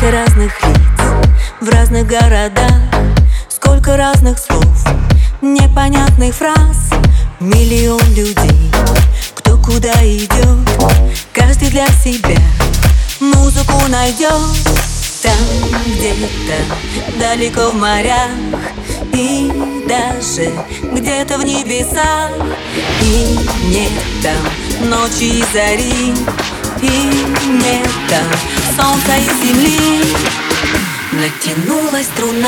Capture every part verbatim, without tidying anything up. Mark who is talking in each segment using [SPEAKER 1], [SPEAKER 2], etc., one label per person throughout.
[SPEAKER 1] Сколько разных лиц в разных городах, сколько разных слов, непонятных фраз. Миллион людей, кто куда идет, каждый для себя музыку найдет. Там где-то далеко в морях и даже где-то в небесах. И нет там ночи и зари, и нет там солнца и земли. Натянулась струна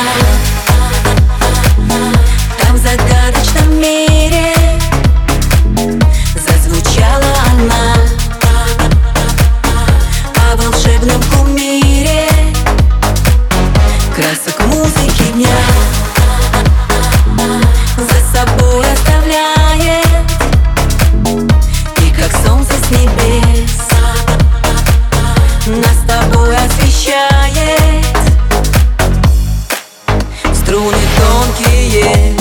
[SPEAKER 1] там в загадочном мире, зазвучала она о волшебном кумире. Красок музыки дня за собой оставляет, и как солнце с небес нас с тобой освещает. Струны тонкие,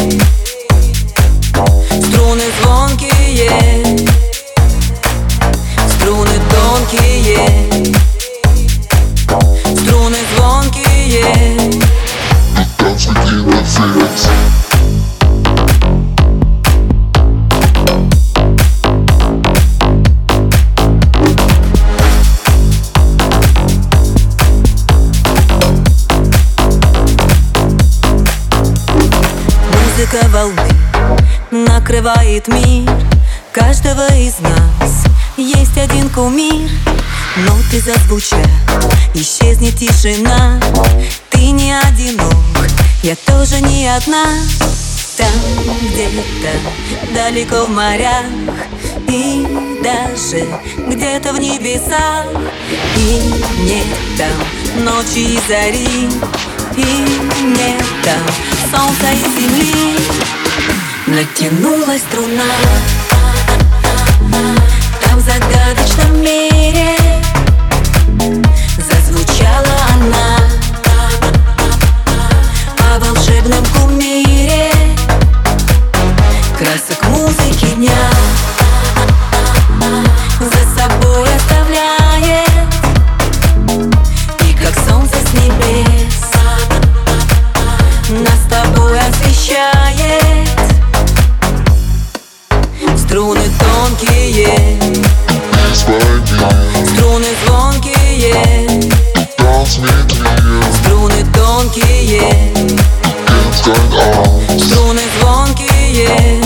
[SPEAKER 1] струны звонкие, струны тонкие, струны звонкие. Музыка волны накрывает мир. Каждого из нас есть один кумир. Ноты зазвучат, исчезнет тишина. Ты не одинок, я тоже не одна. Там где-то далеко в морях и даже где-то в небесах. И нет там ночи и зари, и нет там солнца и земли. Натянулась струна там в загадочном мире, зазвучала она о волшебном кумире. Красок музыки дня за собой оставляет, и как солнце с небес нас с тобой освещает. Струны тонкие, струны звонкие, струны тонкие, струны звонкие.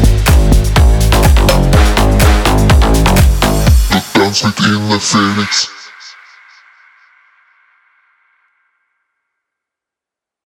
[SPEAKER 2] Within the Phoenix.